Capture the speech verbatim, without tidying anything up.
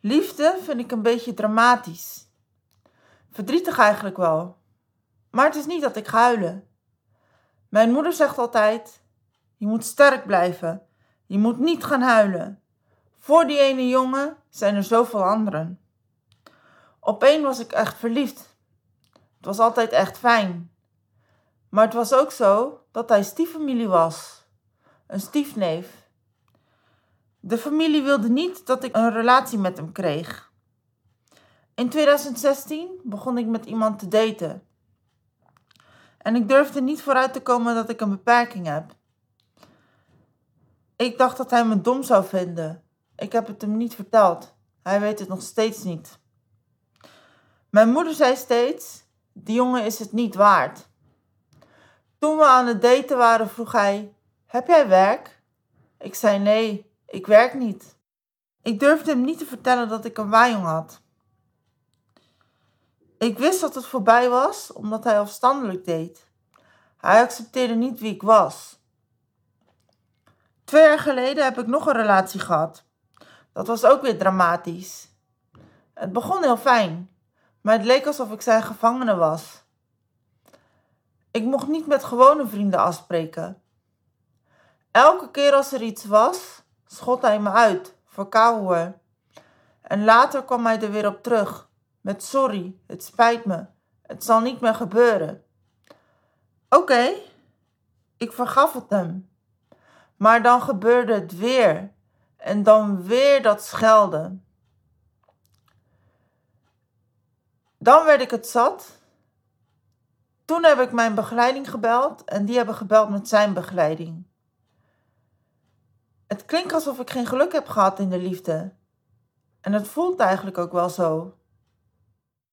Liefde vind ik een beetje dramatisch. Verdrietig eigenlijk wel. Maar het is niet dat ik ga huilen. Mijn moeder zegt altijd, je moet sterk blijven. Je moet niet gaan huilen. Voor die ene jongen zijn er zoveel anderen. Op één was ik echt verliefd. Het was altijd echt fijn. Maar het was ook zo dat hij stieffamilie was. Een stiefneef. De familie wilde niet dat ik een relatie met hem kreeg. In twintig zestien begon ik met iemand te daten. En ik durfde niet vooruit te komen dat ik een beperking heb. Ik dacht dat hij me dom zou vinden. Ik heb het hem niet verteld. Hij weet het nog steeds niet. Mijn moeder zei steeds, die jongen is het niet waard. Toen we aan het daten waren vroeg hij, heb jij werk? Ik zei nee, ik werk niet. Ik durfde hem niet te vertellen dat ik een waaijong had. Ik wist dat het voorbij was omdat hij afstandelijk deed. Hij accepteerde niet wie ik was. Twee jaar geleden heb ik nog een relatie gehad. Dat was ook weer dramatisch. Het begon heel fijn, maar het leek alsof ik zijn gevangene was. Ik mocht niet met gewone vrienden afspreken. Elke keer als er iets was, schot hij me uit voor kouhoer. En later kwam hij er weer op terug, met sorry, het spijt me, het zal niet meer gebeuren. Oké, okay, ik vergaf het hem. Maar dan gebeurde het weer. En dan weer dat schelden. Dan werd ik het zat. Toen heb ik mijn begeleiding gebeld. En die hebben gebeld met zijn begeleiding. Het klinkt alsof ik geen geluk heb gehad in de liefde. En het voelt eigenlijk ook wel zo.